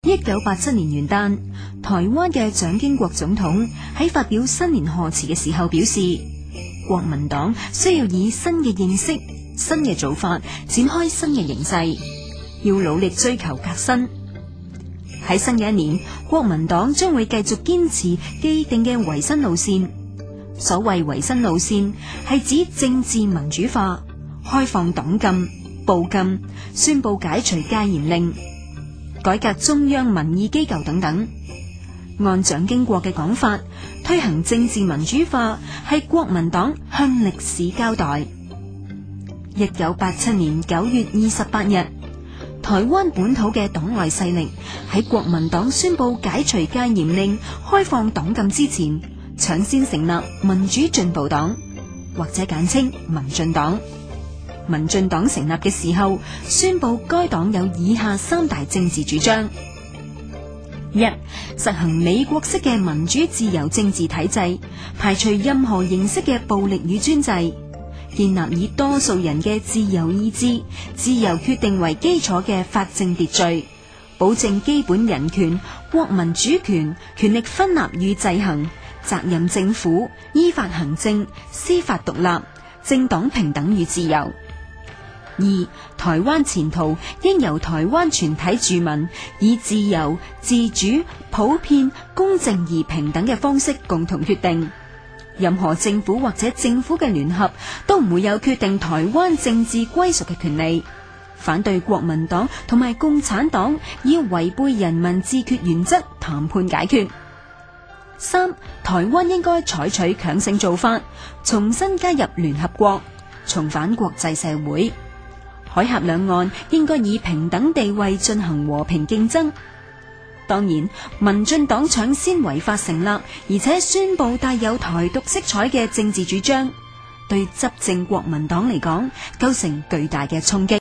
1987年元旦，台灣嘅蔣經國總統喺發表新年賀詞嘅時候表示，國民黨需要以新嘅認識、新嘅做法展開新嘅形勢，要努力追求革新。喺新嘅一年，國民黨將會繼續堅持既定嘅維新路線。所謂維新路線，係指政治民主化、開放黨禁、報禁、宣布解除戒嚴令、改革中央民意機構等等。按蔣經國嘅講法，推行政治民主化係國民黨向歷史交代。1987年9月28日，台灣本土嘅黨內勢力喺國民黨宣布解除戒嚴令、開放黨禁之前，搶先成立民主進步黨，或者簡稱民進黨。民進黨成立嘅時候，宣布該黨有以下3大政治主張：一、實行美國式嘅民主自由政治體制，排除任何形式嘅暴力與專制，建立以多數人嘅自由意志、自由決定為基礎嘅法政秩序，保證基本人權、國民主權、權力分立與制衡、責任政府、依法行政、司法獨立、政黨平等與自由。二、台灣前途應由台灣全體住民以自由、自主、普遍、公正而平等嘅方式共同決定。任何政府或者政府嘅聯合都唔會有決定台灣政治歸屬嘅權利。反對國民黨同埋共產黨以違背人民自決原則談判解決。三、台灣應該採取強盛做法，重新加入聯合國，重返國際社會。海峽兩岸應該以平等地位進行和平競爭。當然，民進黨搶先違法成立，而且宣布帶有台獨色彩嘅政治主張，對執政國民黨嚟講構成巨大嘅衝擊。